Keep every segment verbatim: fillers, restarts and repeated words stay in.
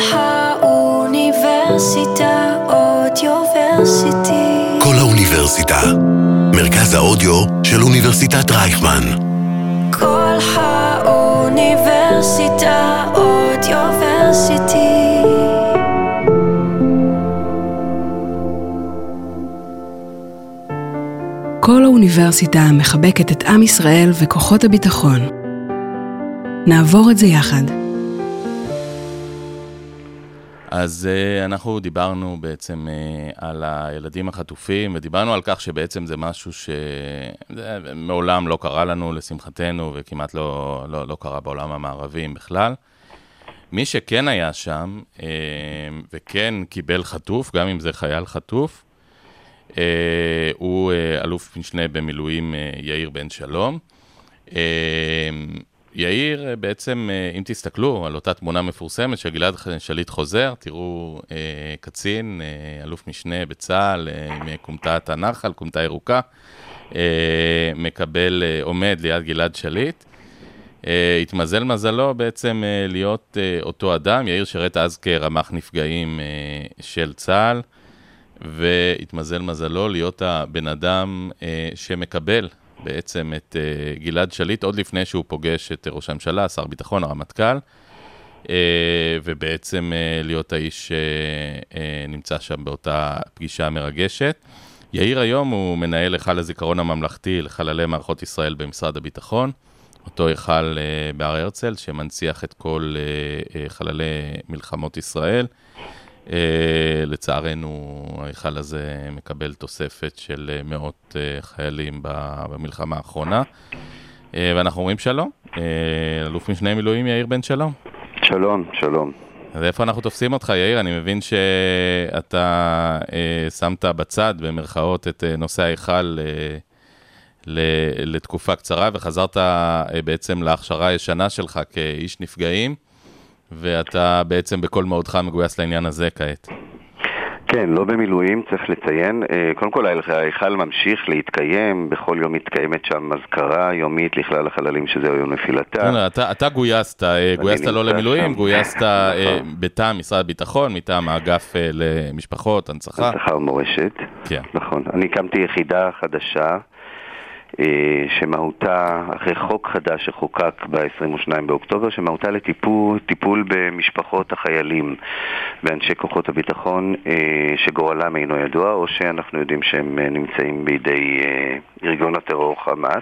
האוניברסיטה אודיוורסיטי. כל האוניברסיטה, מרכז האודיו של אוניברסיטת רייכמן. כל האוניברסיטה אודיוורסיטי. כל האוניברסיטה מחבקת את עם ישראל וכוחות הביטחון. נעבור את זה יחד. אז uh, אנחנו דיברנו בעצם uh, על הילדים החטופים, ודיברנו על כך שבעצם זה משהו שמעולם לא קרה לנו, לשמחתנו, וכמעט לא, לא, לא קרה בעולם המערבי בכלל. מי שכן היה שם, uh, וכן קיבל חטוף, גם אם זה חייל חטוף, uh, הוא uh, אלוף משנה במילואים uh, יאיר בן שלום. Uh, יאיר, בעצם, אם תסתכלו על אותה תמונה מפורסמת של גלעד שליט חוזר, תראו אה, קצין, אה, אלוף משנה בצה"ל, אה, עם קומטת הנחל, קומטה ירוקה, אה, מקבל, אה, עומד ליד גלעד שליט. אה, התמזל מזלו בעצם אה, להיות אה, אותו אדם, יאיר שרת אז כרמ"ח נפגעים אה, של צה"ל, והתמזל מזלו להיות הבן אדם אה, שמקבל, בעצם את uh, גלעד שליט, עוד לפני שהוא פוגש את uh, ראש הממשלה, שר ביטחון, הרמטכ"ל, uh, ובעצם uh, להיות האיש שנמצא uh, uh, שם באותה פגישה מרגשת. יאיר היום הוא מנהל היכל הזיכרון הממלכתי לחללי מערכות ישראל במשרד הביטחון, אותו היכל uh, בהר הרצל, שמנציח את כל uh, uh, חללי מלחמות ישראל. Uh, לצערנו, ההיכל הזה מקבל תוספת של uh, מאות uh, חיילים במלחמה האחרונה. Uh, ואנחנו אומרים שלום. Uh, אלוף משנה מילואים יאיר בן שלום. שלום, שלום. אז איפה אנחנו תופסים אותך, יאיר? אני מבין שאתה uh, שמת בצד, במרכאות, את uh, נושא ההיכל uh, לתקופה קצרה, וחזרת uh, בעצם להכשרה הישנה שלך כאיש נפגעים. ואתה בעצם בכל מאודך מגויס לעניין הזה כעת. כן, לא במילואים, צריך לציין. קודם כל, ההיכל ממשיך להתקיים, בכל יום מתקיימת שם מזכרה יומית לכלל החללים שזה היום נפילתה. אתה, אתה גויסת, גויסת לא למילואים, גויסת בטעם משרד הביטחון, מטעם האגף למשפחות, הנצחה. הנצחה ומורשת, כן. נכון. אני הקמתי יחידה חדשה, שמהותה, אחרי חוק חדש שחוקק ב-עשרים ושניים באוקטובר, שמהותה לטיפול טיפול במשפחות החיילים ואנשי כוחות הביטחון שגורלם אינו ידוע, או שאנחנו יודעים שהם נמצאים בידי ארגון הטרור חמאס.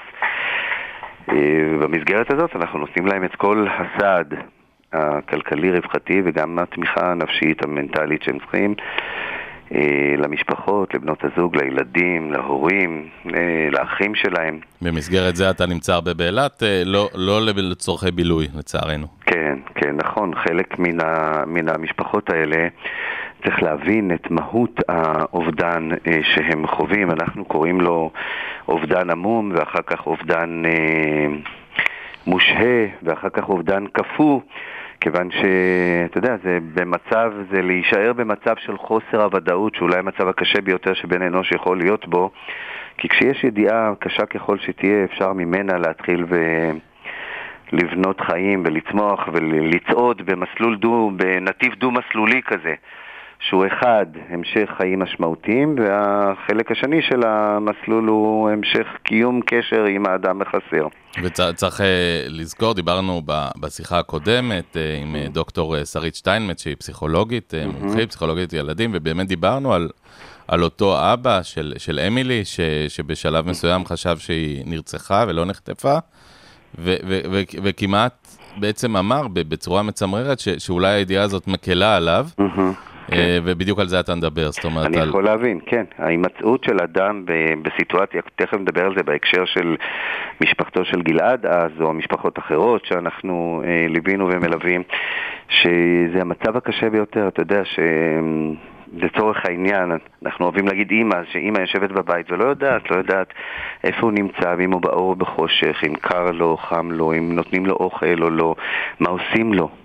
במסגרת הזאת אנחנו נותנים להם את כל הסעד הכלכלי רווחתי וגם התמיכה הנפשית המנטלית שהם צריכים למשפחות, לבנות הזוג, לילדים, להורים, לאחים שלהם. במסגרת זה אתה נמצא הרבה באילת, לא, לא לצורכי בילוי, לצערנו. כן, כן, נכון. חלק מן, ה, מן המשפחות האלה צריך להבין את מהות האובדן שהם חווים. אנחנו קוראים לו אובדן עמום, ואחר כך אובדן אה, מושהה, ואחר כך אובדן כפו. כיוון שאתה יודע, זה במצב, זה להישאר במצב של חוסר הוודאות, שאולי המצב הקשה ביותר שבן אנוש יכול להיות בו, כי כשיש ידיעה קשה ככל שתהיה, אפשר ממנה להתחיל ולבנות חיים ולצמוח ולצעוד במסלול דו, בנתיב דו-מסלולי כזה, שהוא אחד, המשך חיים משמעותיים, והחלק השני של המסלול הוא המשך קיום קשר עם האדם החסר. וצריך לזכור, דיברנו בשיחה הקודמת עם דוקטור שרית שטיינמץ, שהיא פסיכולוגית, מומחית, פסיכולוגית ילדים, ובאמת דיברנו על, על אותו אבא של, של אמילי, ש, שבשלב מסוים חשב שהיא נרצחה ולא נחטפה, ו, ו, ו, וכמעט בעצם אמר בצורה מצמררת ש, שאולי הידיעה הזאת מקלה עליו, כן. ובדיוק על זה אתה נדבר, זאת אומרת... אני על... יכול להבין, כן. ההימצאות של אדם בסיטואציה, תכף נדבר על זה בהקשר של משפחתו של גלעד אז, או משפחות אחרות שאנחנו אה, ליבינו ומלווים, שזה המצב הקשה ביותר, אתה יודע ש... לצורך העניין, אנחנו אוהבים להגיד אמא, שאמא יושבת בבית ולא יודעת, לא יודעת איפה הוא נמצא, אם הוא באור או בחושך, אם קר לו, חם לו, אם נותנים לו אוכל או לא, מה עושים לו.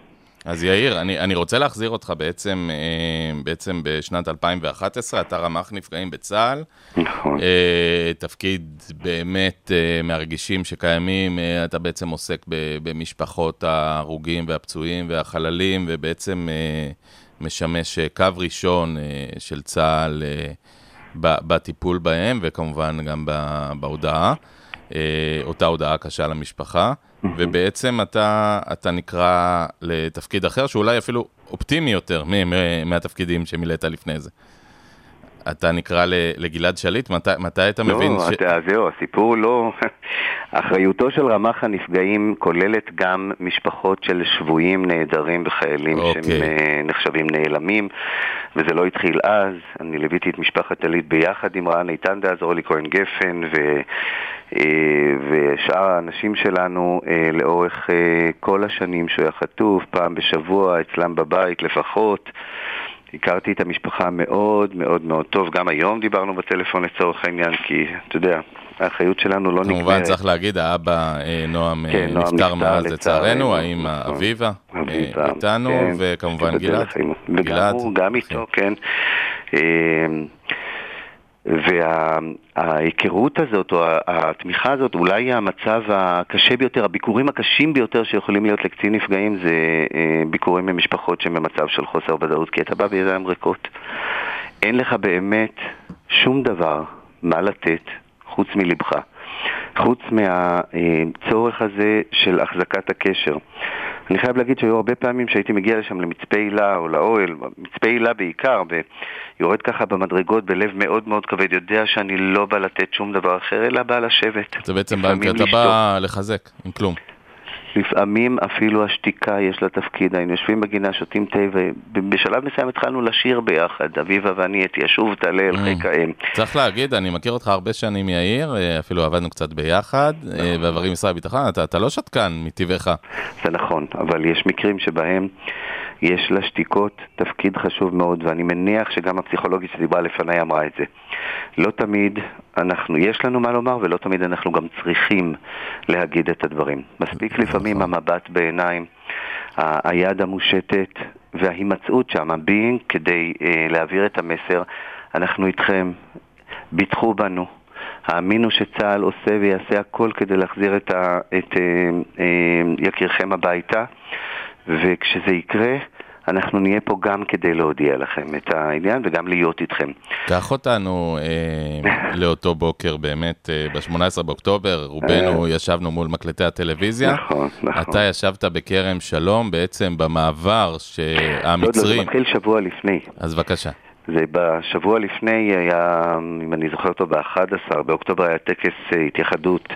אז יאיר, אני, אני רוצה להחזיר אותך בעצם, בעצם בשנת אלפיים ואחת עשרה, אתה רמ"ח נפגעים בצה"ל. נכון. תפקיד באמת מהרגישים שקיימים, אתה בעצם עוסק במשפחות ההרוגים והפצועים והחללים, ובעצם משמש קו ראשון של צה"ל בטיפול בהם, וכמובן גם בהודעה, אותה הודעה קשה למשפחה. ובעצם אתה, אתה נקרא לתפקיד אחר, שאולי אפילו אופטימי יותר מהתפקידים שמילאת לפני זה. אתה נקרא לגלעד שליט, מתי, מתי אתה מבין? לא, אתה, זהו, הסיפור לא... אחריותו של רמ"ח הנפגעים כוללת גם משפחות של שבויים נהדרים וחיילים אוקיי. שהם נחשבים נעלמים, וזה לא התחיל אז. אני ליוויתי את משפחת שליט ביחד עם רן איתן דאז, אורלי כהן גפן ו... ושאר האנשים שלנו לאורך כל השנים שהוא היה חטוף, פעם בשבוע אצלם בבית לפחות. הכרתי את המשפחה מאוד מאוד מאוד טוב, גם היום דיברנו בטלפון לצורך העניין, כי אתה יודע, האחריות שלנו לא נגמרת. כמובן צריך להגיד, האבא נועם נפטר מאז לצערנו, האמא אביבה איתנו, וכמובן גלעד. וגם הוא, גם איתו, כן. וההיכרות הזאת, או התמיכה הזאת, אולי המצב הקשה ביותר, הביקורים הקשים ביותר שיכולים להיות לקצין נפגעים, זה ביקורים ממשפחות שבמצב של חוסר ודאות, כי אתה בא בידיים ריקות. אין לך באמת שום דבר מה לתת חוץ מלבך, חוץ מהצורך הזה של החזקת הקשר. אני חייב להגיד שהיו הרבה פעמים שהייתי מגיע לשם למצפה הילה או לאוהל, מצפה הילה בעיקר, ויורד ככה במדרגות בלב מאוד מאוד כבד, יודע שאני לא בא לתת שום דבר אחר, אלא בא לשבת. זה בעצם בא, כי אתה בא לחזק, עם כלום. לפעמים אפילו השתיקה יש לה תפקיד, היינו יושבים בגינה, שותים תה, ובשלב מסוים התחלנו לשיר ביחד, אביבה ואני את ישוב תעלה אל חיק האם. צריך להגיד, אני מכיר אותך הרבה שנים יאיר, אפילו עבדנו קצת ביחד, בעברים ישראל ביטחון, אתה, אתה לא שתקן מטבעך. זה נכון, אבל יש מקרים שבהם יש לשתיקות תפקיד חשוב מאוד, ואני מניח שגם הפסיכולוגית שדיברה לפניי אמרה את זה. לא תמיד אנחנו, יש לנו מה לומר, ולא תמיד אנחנו גם צריכים להגיד את הדברים. מספיק לפעמים המבט בעיניים, היד המושטת וההימצאות שם, being, כדי אה, להעביר את המסר. אנחנו איתכם, ביטחו בנו, האמינו שצה"ל עושה ויעשה הכל כדי להחזיר את, ה, את אה, אה, יקירכם הביתה, וכשזה יקרה, אנחנו נהיה פה גם כדי להודיע לכם את העניין וגם להיות איתכם. קח אותנו אה, לאותו בוקר באמת, אה, ב-שמונה עשרה באוקטובר, רובנו אה, ישבנו מול מקלטי הטלוויזיה. נכון, נכון. אתה ישבת בכרם שלום, בעצם במעבר שהמצרים... זה מתחיל שבוע לפני. אז בבקשה. זה בשבוע לפני היה, אם אני זוכר אותו, ב-אחד עשר באוקטובר היה טקס התייחדות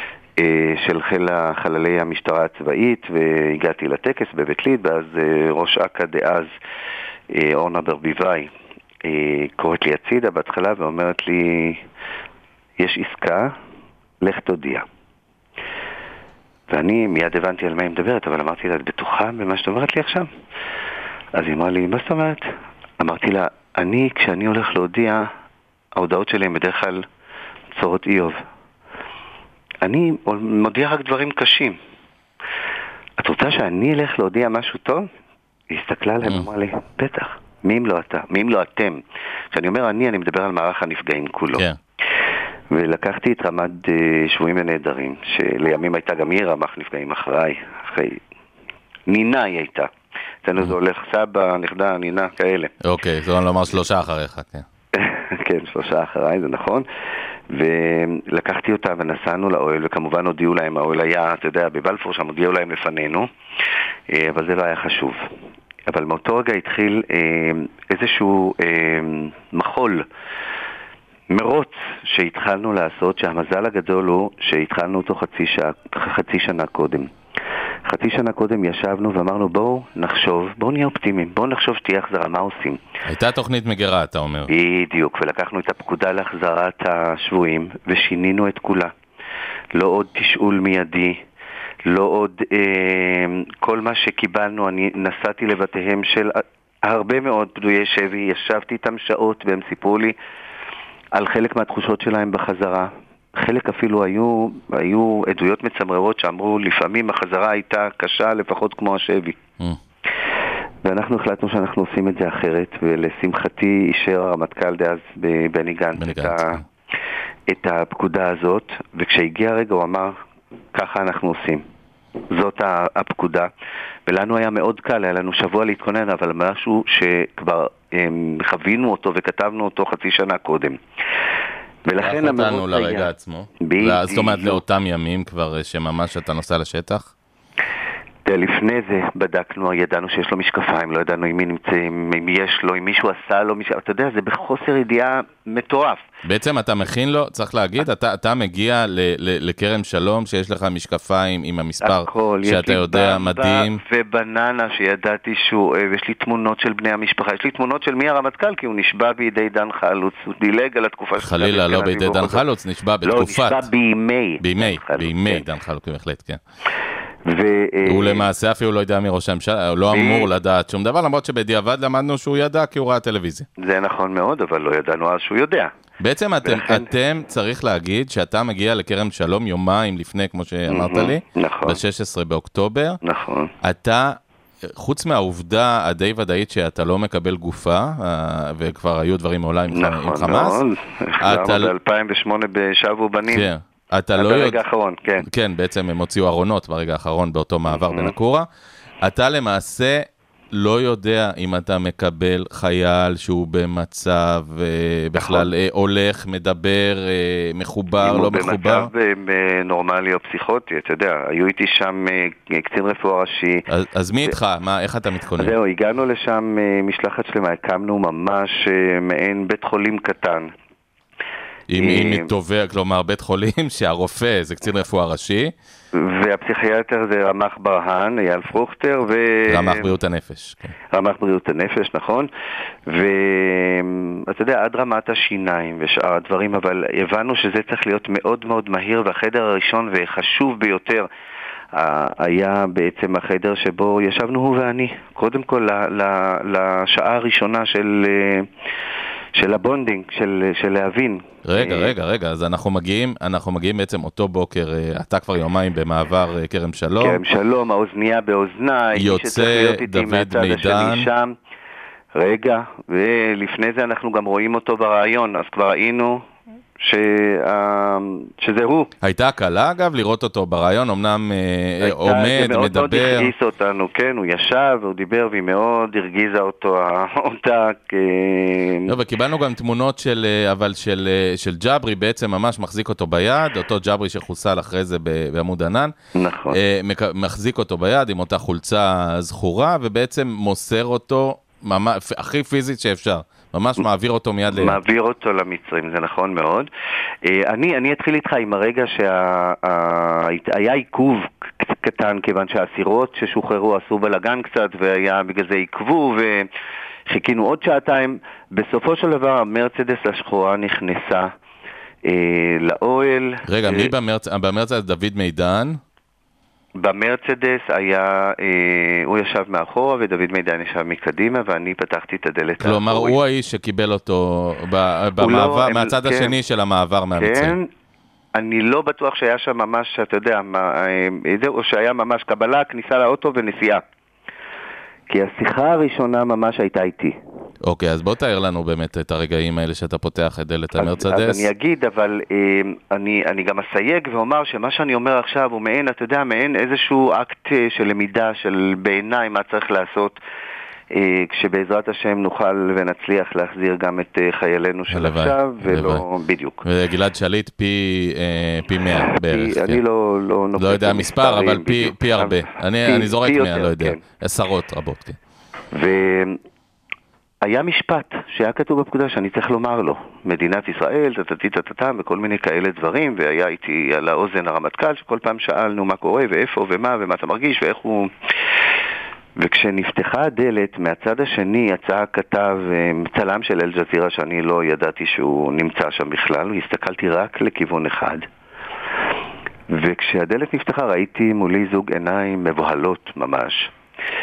של חיל חללי המשטרה הצבאית, והגעתי לטקס בבית ליד, ואז ראש אכ"א דאז, אורנה ברביבאי, קוראת לי הצידה בהתחלה ואומרת לי, יש עסקה, לך תודיע. ואני מיד הבנתי על מה היא מדברת, אבל אמרתי לה, את בטוחה במה שאת אומרת לי עכשיו? אז היא אמרה לי, מה זאת אומרת? אמרתי לה, אני, כשאני הולך להודיע, ההודעות שלי הן בדרך כלל צורות איוב. אני מודיע רק דברים קשים. את רוצה שאני אלך להודיע משהו טוב? היא הסתכלה עליהם ואמרה לי, בטח, מי אם לא אתה? מי אם לא אתם? כשאני אומר אני, אני מדבר על מערך הנפגעים כולו. כן. ולקחתי את רמ"ד שבויים ונהדרים, שלימים הייתה גם היא רמ"ח נפגעים אחריי, אחרי... נינה היא הייתה. אצלנו זה הולך סבא, נכדה, נינה, כאלה. אוקיי, זה לא אומר שלושה אחריך, כן. כן, שלושה אחריי, זה נכון. ולקחתי אותה ונסענו לאוהל, וכמובן הודיעו להם, האוהל היה, אתה יודע, בבלפור שם הודיעו להם לפנינו, אבל זה לא היה חשוב. אבל מאותו רגע התחיל איזשהו מחול, מרוץ שהתחלנו לעשות, שהמזל הגדול הוא שהתחלנו אותו חצי, שעה, חצי שנה קודם. חצי שנה קודם ישבנו ואמרנו בואו נחשוב, בואו נהיה אופטימיים, בואו נחשוב שתהיה החזרה, מה עושים? הייתה תוכנית מגירה, אתה אומר. בדיוק, ולקחנו את הפקודה להחזרת השבויים ושינינו את כולה. לא עוד תשאול מיידי, לא עוד אה, כל מה שקיבלנו, אני נסעתי לבתיהם של הרבה מאוד פדויי שבי, ישבתי איתם שעות והם סיפרו לי על חלק מהתחושות שלהם בחזרה. חלק אפילו היו, היו עדויות מצמררות שאמרו לפעמים החזרה הייתה קשה לפחות כמו השבי. Mm. ואנחנו החלטנו שאנחנו עושים את זה אחרת, ולשמחתי אישר הרמטכ"ל דאז בני גנץ את, ה... את הפקודה הזאת, וכשהגיע הרגע הוא אמר, ככה אנחנו עושים. זאת הפקודה, ולנו היה מאוד קל, היה לנו שבוע להתכונן, אבל משהו שכבר הם, חווינו אותו וכתבנו אותו חצי שנה קודם. ולכן אותנו לרגע היה... עצמו. ב- זאת אומרת, לאותם ימים כבר שממש אתה נוסע לשטח? לפני זה בדקנו, ידענו שיש לו משקפיים, לא ידענו עם מי נמצא, אם יש לו, אם מישהו עשה לו, מישהו, אתה יודע, זה בחוסר ידיעה מטורף. בעצם אתה מכין לו, צריך להגיד, אתה, אתה מגיע ל, ל, לקרם שלום, שיש לך משקפיים עם המספר, הכל, שאתה יודע, מדהים. ובננה שידעתי שהוא, יש לי תמונות של בני המשפחה, יש לי תמונות של מי הרמטכ"ל, כי הוא נשבע בידי דן חלוץ, הוא דילג על התקופה. חלילה, לא בידי דן חלוץ, נשבע בתקופת. לא, נשבע בימי. בימי, בימי דן חלוץ, בהחלט, כן. הוא למעשה אפילו לא יודע מראש הממשלה, הוא לא אמור לדעת שום דבר, למרות שבדיעבד למדנו שהוא ידע כי הוא ראה טלוויזיה. זה נכון מאוד, אבל לא ידענו אז שהוא יודע. בעצם אתם צריך להגיד שאתה מגיע לקרם שלום יומיים לפני, כמו שאמרת לי, ב-שישה עשר באוקטובר. נכון. אתה, חוץ מהעובדה הדי ודאית שאתה לא מקבל גופה, וכבר היו דברים מעולה עם חמאס. נכון, נכון. ב-אלפיים ושמונה בשבו בנים. כן. אתה לא יודע... ברגע האחרון, כן. כן, בעצם הם הוציאו ארונות ברגע האחרון באותו מעבר בין הקורה. אתה למעשה לא יודע אם אתה מקבל חייל שהוא במצב בכלל הולך, מדבר, מחובר, לא מחובר. במצב נורמלי או פסיכוטי, אתה יודע, היו איתי שם קצין רפואה ראשי. אז מי איתך? איך אתה מתכונן? זהו, הגענו לשם משלחת שלמה, הקמנו ממש מעין בית חולים קטן. אם מתובע, כלומר, בית חולים שהרופא זה קצין רפואה ראשי. והפסיכיאטר זה רמ"ח ברהן, אייל פרוכטר. ו... רמ"ח בריאות הנפש. כן. רמ"ח בריאות הנפש, נכון. ואתה יודע, עד רמת השיניים ושאר הדברים, אבל הבנו שזה צריך להיות מאוד מאוד מהיר, והחדר הראשון וחשוב ביותר היה בעצם החדר שבו ישבנו הוא ואני. קודם כל, לשעה הראשונה של... של הבונדינג, של, של להבין. רגע, רגע, רגע, אז אנחנו מגיעים, אנחנו מגיעים בעצם אותו בוקר, אתה כבר יומיים במעבר כרם שלום. כרם שלום, האוזנייה באוזניי. יוצא דוד מידן. רגע, ולפני זה אנחנו גם רואים אותו ברעיון, אז כבר ראינו ש... שזה הוא. הייתה קלה אגב לראות אותו ברעיון, אמנם עומד, מדבר. מאוד מאוד הרגיז אותנו, כן, הוא ישב והוא דיבר והיא מאוד הרגיזה אותו, אותה. לא, וקיבלנו גם תמונות של, אבל של, של ג'אברי, בעצם ממש מחזיק אותו ביד, אותו ג'אברי שחוסל אחרי זה בעמוד ענן. נכון. מחזיק אותו ביד עם אותה חולצה זכורה, ובעצם מוסר אותו ממש, הכי פיזית שאפשר. ממש מעביר אותו מיד ליד. מעביר אותו למצרים, זה נכון מאוד. אני, אני אתחיל איתך עם הרגע שהיה עיכוב קטן, כיוון שהאסירות ששוחררו עשו בלגן קצת, והיה בגלל זה עיכבו, וחיכינו עוד שעתיים. בסופו של דבר, המרצדס השחורה נכנסה אה, לאוהל. רגע, מי במרצ... במרצדס? דוד מידן? במרצדס היה, אה, הוא ישב מאחורה ודוד מידן ישב מקדימה, ואני פתחתי את הדלת. כלומר, האחורית. הוא האיש שקיבל אותו במעבר, לא, מהצד הם, השני כן, של המעבר מהמצרים. כן, אני לא בטוח שהיה שם ממש, אתה יודע, מה, או שהיה ממש קבלה, כניסה לאוטו ונסיעה. כי השיחה הראשונה ממש הייתה איתי. אוקיי, אז בוא תאר לנו באמת את הרגעים האלה שאתה פותח את דלת המרצדס. אז אני אגיד, אבל אני, אני גם אסייג ואומר שמה שאני אומר עכשיו הוא מעין, אתה יודע, מעין איזשהו אקט של למידה, של בעיניי מה צריך לעשות, כשבעזרת השם נוכל ונצליח להחזיר גם את חיילינו של עכשיו, ולא בדיוק. וגלעד שליט פי, פי מאה בערך. אני כן. לא, לא, לא יודע מספר, אבל פי, פי הרבה. אני, פי, אני זורק מאה, לא יודע. כן. עשרות רבות, כן. והיה משפט שהיה כתוב בפקודה שאני צריך לומר לו, מדינת ישראל, תתתתתתם, וכל מיני כאלה דברים, והיה איתי על האוזן הרמטכ"ל, שכל פעם שאלנו מה קורה, ואיפה, ומה, ומה אתה מרגיש, ואיך הוא... וכשנפתחה הדלת, מהצד השני יצא כתב צלם של אל-ג'זירה שאני לא ידעתי שהוא נמצא שם בכלל, והסתכלתי רק לכיוון אחד. וכשהדלת נפתחה ראיתי מולי זוג עיניים מבוהלות ממש.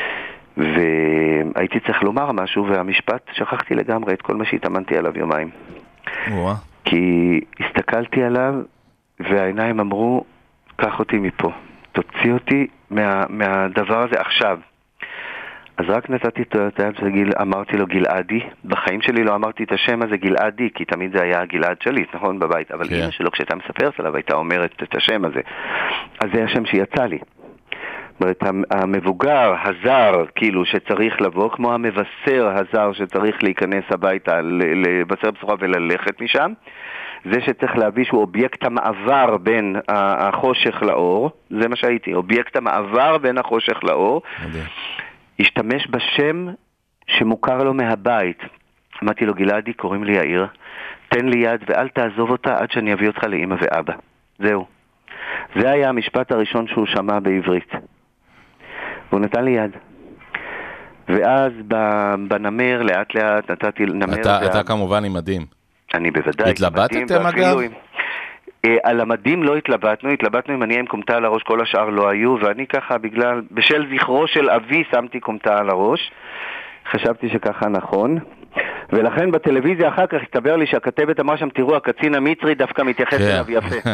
והייתי צריך לומר משהו, והמשפט שכחתי לגמרי את כל מה שהתאמנתי עליו יומיים. וואו. כי הסתכלתי עליו והעיניים אמרו, קח אותי מפה, תוציא אותי מה, מהדבר הזה עכשיו. אז רק נתתי את היד של גיל, אמרתי לו גלעדי, בחיים שלי לא אמרתי את השם הזה גלעדי, כי תמיד זה היה גלעד שליט, נכון, בבית, אבל אמא שלו כשהייתה מספרת עליו הייתה אומרת את השם הזה, אז זה השם שיצא לי. זאת אומרת, המבוגר, הזר, כאילו, שצריך לבוא, כמו המבשר הזר שצריך להיכנס הביתה, לבשר בשורה וללכת משם, זה שצריך להביא שהוא אובייקט המעבר בין החושך לאור, זה מה שהייתי, אובייקט המעבר בין החושך לאור, השתמש בשם שמוכר לו מהבית. אמרתי לו, גלעדי, קוראים לי יאיר, תן לי יד ואל תעזוב אותה עד שאני אביא אותך לאמא ואבא. זהו. זה היה המשפט הראשון שהוא שמע בעברית. והוא נתן לי יד. ואז בנמר, לאט לאט, נתתי נמר... אתה, אתה כמובן עם מדים. אני בוודאי. התלבטתם אגב? על המדים לא התלבטנו, התלבטנו אם אני עם קומתה על הראש, כל השאר לא היו, ואני ככה בגלל, בשל זכרו של אבי שמתי קומתה על הראש, חשבתי שככה נכון, ולכן בטלוויזיה אחר כך הסתבר לי שהכתבת אמרה שם, תראו, הקצין המצרי דווקא מתייחס אליו יפה.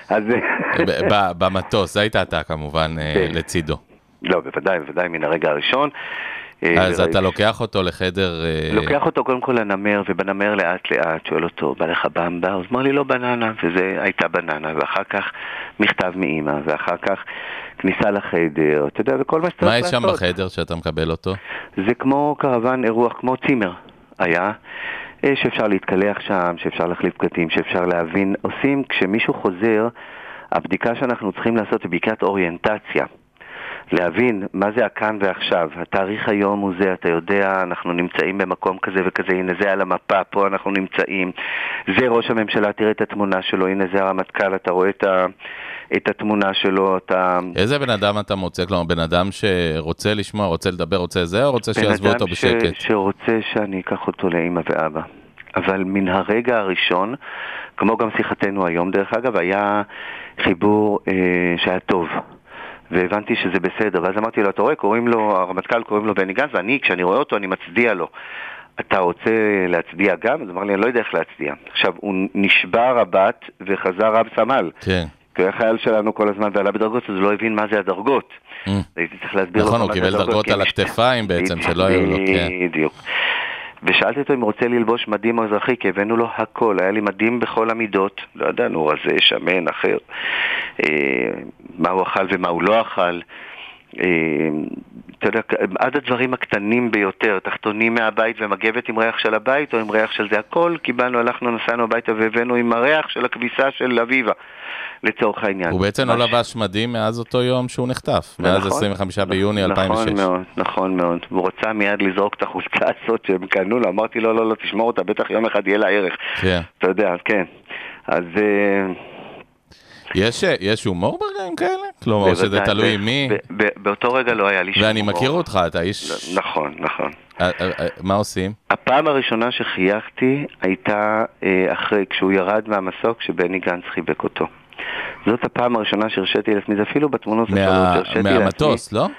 במטוס, היית אתה כמובן לצידו. לא, בוודאי, בוודאי, מן הרגע הראשון. אז אתה לוקח אותו לחדר... לוקח אותו קודם כל לנמר, ובנמר לאט לאט שואל אותו, בא לך במבה? אז אמר לי לא בננה, וזה הייתה בננה, ואחר כך מכתב מאמא, ואחר כך כניסה לחדר, אתה יודע, וכל מה שצריך לעשות. מה יש שם בחדר שאתה מקבל אותו? זה כמו קרוון אירוח, כמו צימר היה, שאפשר להתקלח שם, שאפשר להחליף בגדים, שאפשר להבין. עושים, כשמישהו חוזר, הבדיקה שאנחנו צריכים לעשות היא בדיקת אוריינטציה. להבין מה זה הכאן ועכשיו. התאריך היום הוא זה, אתה יודע, אנחנו נמצאים במקום כזה וכזה, הנה זה על המפה, פה אנחנו נמצאים. זה ראש הממשלה, תראה את התמונה שלו, הנה זה הרמטכ"ל, אתה רואה את, ה, את התמונה שלו. אתה... איזה בן אדם אתה מוצא? כלומר, בן אדם שרוצה לשמוע, רוצה לדבר, רוצה זה, או רוצה שיעזבו אותו בשקט? בן אדם ש... שרוצה שאני אקח אותו לאמא ואבא. אבל מן הרגע הראשון, כמו גם שיחתנו היום דרך אגב, היה חיבור אה, שהיה טוב. והבנתי שזה בסדר, ואז אמרתי לו, אתה רואה, קוראים לו, הרמטכ"ל קוראים לו בני גנץ, ואני, כשאני רואה אותו, אני מצדיע לו. אתה רוצה להצדיע גם? אז אמר לי, אני לא יודע איך להצדיע. עכשיו, הוא נשבר הבת וחזר רב סמל. כן. כי היה חייל שלנו כל הזמן ועלה בדרגות, אז הוא לא הבין מה זה הדרגות. הייתי צריך להסביר לו מה זה הדרגות. נכון, הוא קיבל דרגות על הכתפיים בעצם, שלא היו לו. בדיוק. ושאלתי אותו אם הוא רוצה ללבוש מדים או אזרחי, כי הבאנו לו הכל, היה לי מדים בכל המידות, לא ידענו, רזה, שמן, אחר, אה, מה הוא אכל ומה הוא לא אכל, אה, אתה יודע, עד הדברים הקטנים ביותר, תחתונים מהבית ומגבת עם ריח של הבית או עם ריח של זה, הכל קיבלנו, הלכנו, נסענו הביתה והבאנו עם הריח של הכביסה של אביבה. לצורך העניין. הוא בעצם לא לבש מדים מאז אותו יום שהוא נחטף, מאז עשרים וחמישה ביוני אלפיים ושש. נכון מאוד, נכון מאוד. הוא רצה מיד לזרוק את החולצה הזאת שהם קנו לו, אמרתי לו, לא, לא, תשמור אותה, בטח יום אחד יהיה לה ערך. כן. אתה יודע, כן. אז... יש, יש הומור ברגעים כאלה? כלומר, שזה תלוי מי? באותו רגע לא היה לי שום הומור. ואני מכיר אותך, אתה איש... נכון, נכון. מה עושים? הפעם הראשונה שחייכתי הייתה אחרי, כשהוא ירד מהמסוק, שבני גנץ חיבק אותו. זאת הפעם הראשונה שהרשיתי לעצמי, זה אפילו בתמונות מה... מהמטוס, לא?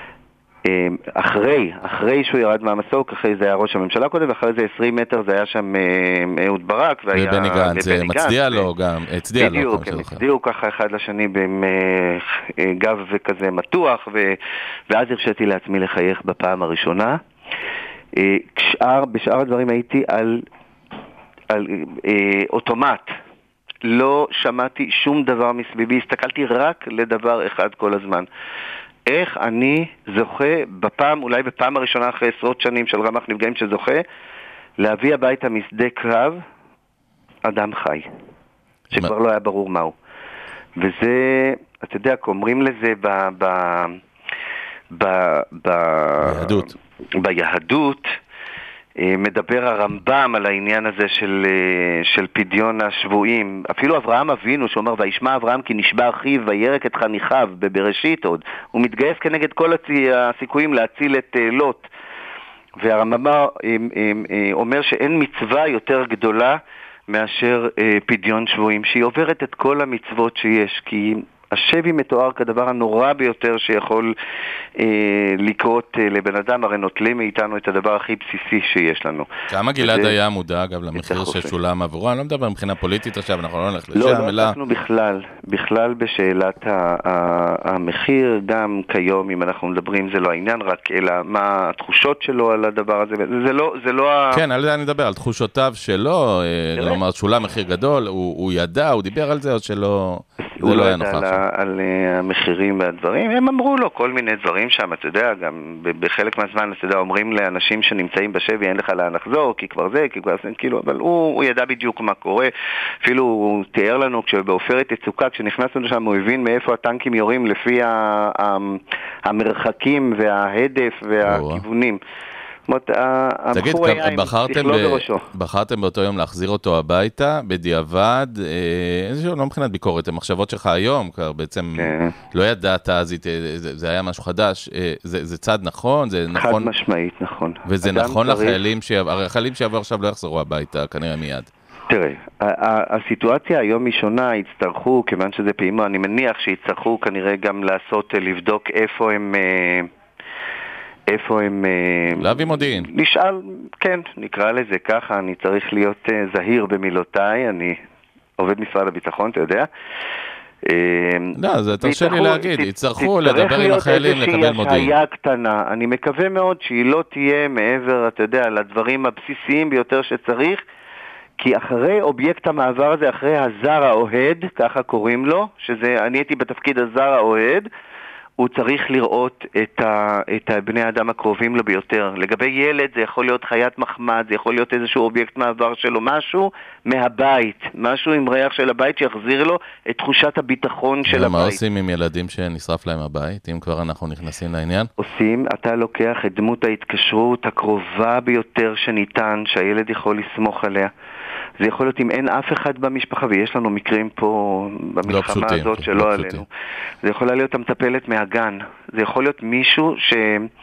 אחרי, אחרי שהוא ירד מהמסוק, אחרי זה היה ראש הממשלה קודם, ואחרי זה עשרים מטר זה היה שם אהוד ברק, ובני גנץ, מצדיע לו גם, הצדיע לו. בדיוק, הם הצדיעו ככה אחד לשני בגב וכזה מתוח, ואז הרשיתי לעצמי לחייך בפעם הראשונה. בשאר הדברים הייתי על אוטומט, לא שמעתי שום דבר מסביבי, הסתכלתי רק לדבר אחד כל הזמן. איך אני זוכה בפעם, אולי בפעם הראשונה אחרי עשרות שנים של רמ"ח נפגעים שזוכה, להביא הביתה משדה קרב אדם חי, שכבר לא היה ברור מהו. וזה, אתה יודע, אומרים לזה ב... ב... ב... ב... ביהדות. ביהדות, מדבר הרמב"ם על העניין הזה של, של פדיון השבויים. אפילו אברהם אבינו שאומר, וישמע אברהם כי נשבע אחיו וירק את חניכיו בבראשית עוד. הוא מתגייס כנגד כל הסיכויים להציל את לוט. והרמב"ם אומר שאין מצווה יותר גדולה מאשר פדיון שבויים, שהיא עוברת את כל המצוות שיש. כי השבי מתואר כדבר הנורא ביותר שיכול אה, לקרות אה, לבן אדם, הרי נוטלים מאיתנו את הדבר הכי בסיסי שיש לנו. כמה גלעד וזה... היה מודע, אגב, למחיר ששולם עבורו? אני לא מדבר מבחינה פוליטית עכשיו, אנחנו לא נלך לשם, לא, לא, אלא... אנחנו בכלל, בכלל בשאלת ה- ה- המחיר, גם כיום, אם אנחנו מדברים, זה לא העניין, רק אלא מה התחושות שלו על הדבר הזה, זה לא, זה לא ה... כן, על זה אני מדבר, על תחושותיו שלו, כלומר, שולם מחיר גדול, הוא, הוא ידע, הוא דיבר על זה, או שלא... הוא לא ידע על, על המחירים והדברים, הם אמרו לו כל מיני דברים שם, אתה יודע, גם בחלק מהזמן, אתה יודע, אומרים לאנשים שנמצאים בשבי, אין לך לאן לחזור, כי כבר זה, כי כבר זה, כאילו, אבל הוא, הוא ידע בדיוק מה קורה, אפילו הוא תיאר לנו, כשבעופרת יצוקה, כשנכנסנו לשם, הוא הבין מאיפה הטנקים יורים לפי המרחקים וההדף והכיוונים. תגיד, בחרתם באותו יום להחזיר אותו הביתה, בדיעבד, איזשהו לא מבחינת ביקורת, המחשבות שלך היום, בעצם לא ידעת, זה היה משהו חדש, זה צעד נכון, זה נכון... חד משמעית, נכון. וזה נכון לחיילים, הרי החיילים שיבואו עכשיו לא יחזרו הביתה, כנראה מיד. תראה, הסיטואציה היום היא שונה, יצטרכו, כיוון שזה פעימה, אני מניח שיצטרכו כנראה גם לעשות, לבדוק איפה הם... איפה הם... להביא מודיעין. נשאל, כן, נקרא לזה ככה, אני צריך להיות זהיר במילותיי, אני עובד משרד הביטחון, אתה יודע. לא, זה תרשה לי להגיד, יצטרכו לדבר עם החיילים, לקבל מודיעין. השהיה קטנה, אני מקווה מאוד שהיא לא תהיה מעבר, אתה יודע, לדברים הבסיסיים ביותר שצריך, כי אחרי אובייקט המעבר הזה, אחרי הזר האוהד, ככה קוראים לו, שזה, אני הייתי בתפקיד הזר האוהד, הוא צריך לראות את, ה, את הבני האדם הקרובים לו ביותר. לגבי ילד זה יכול להיות חיית מחמד, זה יכול להיות איזשהו אובייקט מעבר שלו, משהו מהבית, משהו עם ריח של הבית שיחזיר לו את תחושת הביטחון של הבית. מה עושים עם ילדים שנשרף להם הבית, אם כבר אנחנו נכנסים לעניין? עושים, אתה לוקח את דמות ההתקשרות הקרובה ביותר שניתן, שהילד יכול לסמוך עליה. זה יכול להיות אם אין אף אחד במשפחה, ויש לנו מקרים פה במלחמה לא הזאת שלא לא עלינו. פשוטים. זה יכול להיות המטפלת מהגן. זה יכול להיות מישהו ש...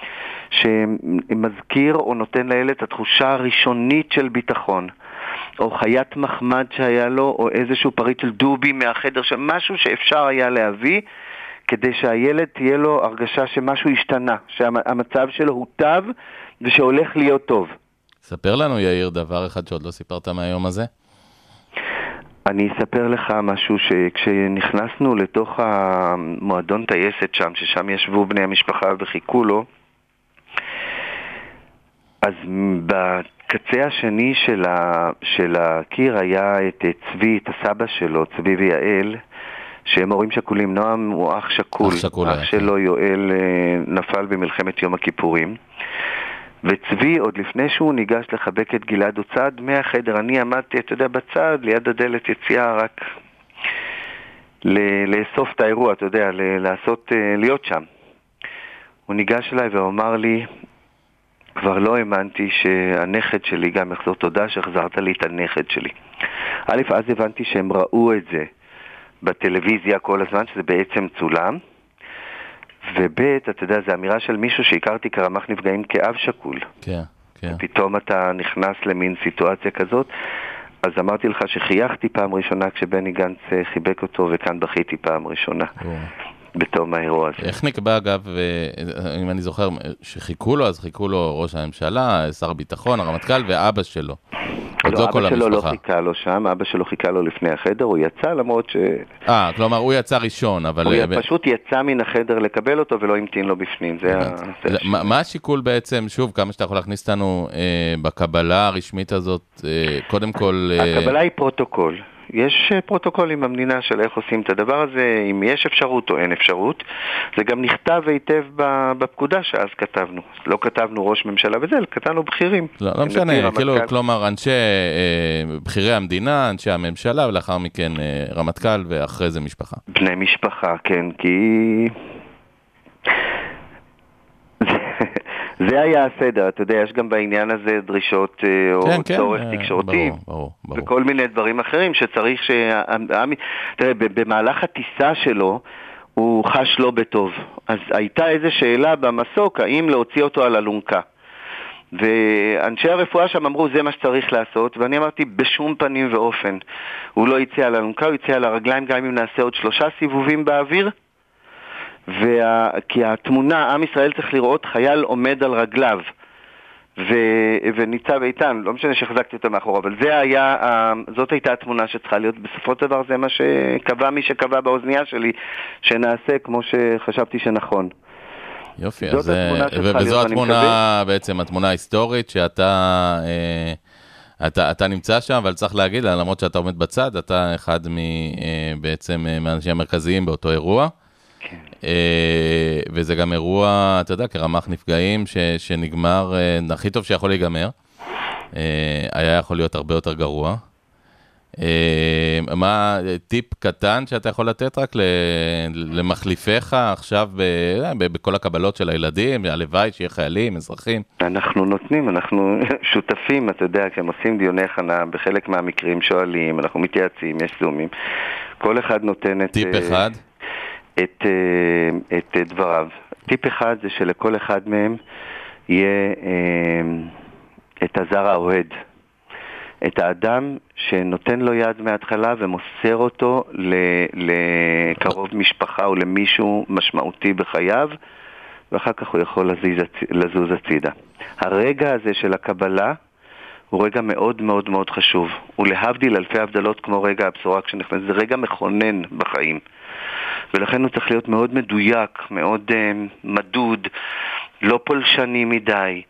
שמזכיר או נותן לילד את התחושה הראשונית של ביטחון. או חיית מחמד שהיה לו, או איזשהו פריט של דובי מהחדר, משהו שאפשר היה להביא, כדי שהילד תהיה לו הרגשה שמשהו השתנה, שהמצב שלו הוא טוב, ושהולך להיות טוב. ספר לנו, יאיר, דבר אחד שעוד לא סיפרת מהיום הזה. אני אספר לך משהו שכשנכנסנו לתוך המועדון טייסת שם, ששם ישבו בני המשפחה וחיכו לו, אז בקצה השני של, ה, של הקיר היה את צבי, את הסבא שלו, צבי ויעל, שהם הורים שכולים. נועם הוא אח שקול, אח, שקול אח שלו יואל נפל במלחמת יום הכיפורים. וצבי, עוד לפני שהוא ניגש לחבק את גלעד, הוא צעד מהחדר. אני עמדתי, אתה יודע, בצד, ליד הדלת יציאה, רק לאסוף את האירוע, אתה יודע, לעשות, להיות שם. הוא ניגש אליי ואומר לי, כבר לא האמנתי שהנכד שלי גם יחזור, תודה שהחזרת לי את הנכד שלי. א', אז הבנתי שהם ראו את זה בטלוויזיה כל הזמן, שזה בעצם צולם. ובית, אתה יודע, זו אמירה של מישהו שהכרתי כרמ"ח נפגעים כאב שקול. כן, כן. ופתאום אתה נכנס למין סיטואציה כזאת. אז אמרתי לך שחייכתי פעם ראשונה כשבני גנץ חיבק אותו, וכאן בכיתי פעם ראשונה. בתום האירוע הזה. איך נקבע, אגב, אם אני זוכר, שחיכו לו, אז חיכו לו ראש הממשלה, שר הביטחון, הרמטכ"ל ואבא שלו. לא, אבא שלו לא חיכה לו שם, אבא שלו חיכה לו לפני החדר, הוא יצא למרות ש... אה, כלומר, הוא יצא ראשון, אבל... הוא פשוט יצא מן החדר לקבל אותו ולא המתין לו בפנים, זה ה... מה השיקול בעצם, שוב, כמה שאתה יכול להכניס אותנו בקבלה הרשמית הזאת, קודם כל... הקבלה היא פרוטוקול. יש פרוטוקולים במדינה של איך עושים את הדבר הזה, אם יש אפשרות או אין אפשרות. זה גם נכתב היטב בפקודה שאז כתבנו. לא כתבנו ראש ממשלה וזה, כתבנו בכירים. לא, לא משנה, כאילו, כלומר, אנשי בכירי המדינה, אנשי הממשלה, ולאחר מכן רמטכ"ל, ואחרי זה משפחה. בני משפחה, כן, כי... זה היה הסדר, אתה יודע, יש גם בעניין הזה דרישות או כן, צורך כן, תקשורתי, ברור, ברור, ברור. וכל מיני דברים אחרים שצריך ש... תראה, במהלך הטיסה שלו, הוא חש לא בטוב. אז הייתה איזו שאלה במסוק, האם להוציא אותו על אלונקה. ואנשי הרפואה שם אמרו, זה מה שצריך לעשות, ואני אמרתי, בשום פנים ואופן. הוא לא יצא על אלונקה, הוא יצא על הרגליים, גם אם נעשה עוד שלושה סיבובים באוויר, וה... כי התמונה, עם ישראל צריך לראות חייל עומד על רגליו, ו... וניצב איתן, לא משנה שהחזקתי אותה מאחורה, אבל זה היה, זאת הייתה התמונה שצריכה להיות, בסופו של דבר זה מה שקבע מי שקבע באוזנייה שלי, שנעשה כמו שחשבתי שנכון. יופי, אז, וזו התמונה, בעצם התמונה ההיסטורית, שאתה אה, אתה, אתה נמצא שם, אבל צריך להגיד, למרות שאתה עומד בצד, אתה אחד מ, אה, בעצם מהאנשים המרכזיים באותו אירוע, כן. אה, וזה גם אירוע, אתה יודע, כרמ"ח נפגעים, ש, שנגמר, אה, הכי טוב שיכול להיגמר, אה, היה יכול להיות הרבה יותר גרוע. מה טיפ קטן שאתה יכול לתת רק למחליפיך עכשיו בכל הקבלות של הילדים, הלוואי שיהיה חיילים, אזרחים? אנחנו נותנים, אנחנו שותפים, אתה יודע, כי הם עושים דיוני הכנה, בחלק מהמקרים שואלים, אנחנו מתייעצים, יש זומים, כל אחד נותן את... טיפ אחד? את, את דבריו. טיפ אחד זה שלכל אחד מהם יהיה את הזר האוהד. את האדם שנותן לו יד מההתחלה ומוסר אותו לקרוב משפחה או למישהו משמעותי בחייו, ואחר כך הוא יכול לזוז, לזוז הצידה. הרגע הזה של הקבלה הוא רגע מאוד מאוד מאוד חשוב. הוא להבדיל אלפי הבדלות כמו רגע הבשורה כשנכנס. זה רגע מכונן בחיים. ולכן הוא צריך להיות מאוד מדויק, מאוד uh, מדוד, לא פולשני מדי.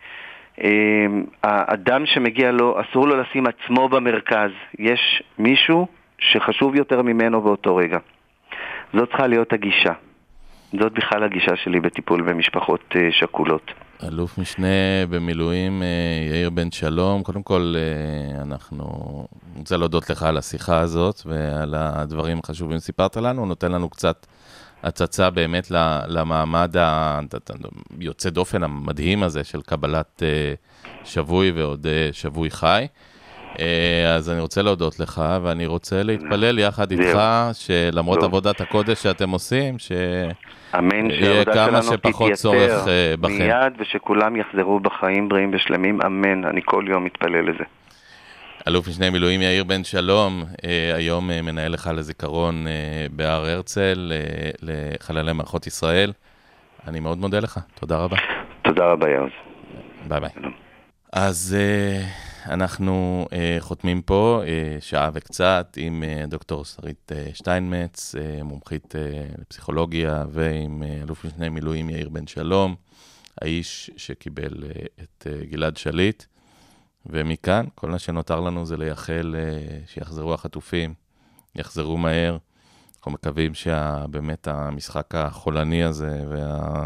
האדם שמגיע לו, אסור לו לשים עצמו במרכז. יש מישהו שחשוב יותר ממנו באותו רגע. זאת צריכה להיות הגישה. זאת בכלל הגישה שלי בטיפול במשפחות שכולות. אלוף משנה במילואים יאיר בן שלום, קודם כל אנחנו רוצה להודות לך על השיחה הזאת ועל הדברים החשובים סיפרת לנו, נותן לנו קצת הצצה באמת למעמד היוצא דופן המדהים הזה של קבלת שבוי ועוד שבוי חי. אז אני רוצה להודות לך, ואני רוצה להתפלל יחד איתך, שלמרות עבודת הקודש שאתם עושים, שיהיה כמה שפחות צורך בכם. מיד, ושכולם יחזרו בחיים בריאים ושלמים, אמן. אני כל יום מתפלל לזה. אלוף משנה מילואים יאיר בן שלום, היום מנהל לך לזיכרון בהר הרצל, לחללי מערכות ישראל. אני מאוד מודה לך, תודה רבה. תודה רבה יאוז. ביי ביי. אז אנחנו חותמים פה שעה וקצת עם דוקטור שרית שטיינמץ, מומחית לפסיכולוגיה, ועם אלוף משנה מילואים יאיר בן שלום, האיש שקיבל את גלעד שליט. ומכאן, כל מה שנותר לנו זה לייחל שיחזרו החטופים, יחזרו מהר. אנחנו מקווים שבאמת המשחק החולני הזה, וה...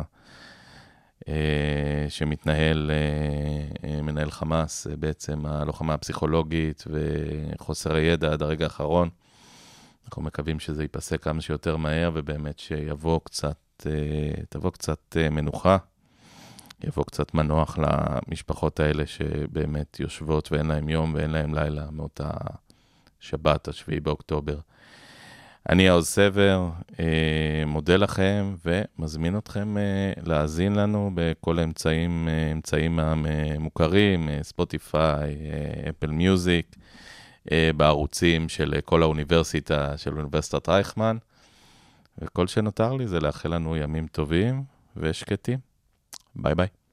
שמתנהל מנהל חמאס, בעצם הלוחמה הפסיכולוגית וחוסר הידע עד הרגע האחרון. אנחנו מקווים שזה ייפסק כמה שיותר מהר, ובאמת שיבוא קצת, תבוא קצת מנוחה. יבוא קצת מנוח למשפחות האלה שבאמת יושבות ואין להם יום ואין להם לילה מאותה שבת, השביעי באוקטובר. אני עוז סבר, מודה לכם ומזמין אתכם להאזין לנו בכל האמצעים, אמצעים המוכרים, ספוטיפיי, אפל מיוזיק, בערוצים של כל האוניברסיטה, של אוניברסיטת רייכמן, וכל שנותר לי זה לאחל לנו ימים טובים ושקטים. ביי ביי.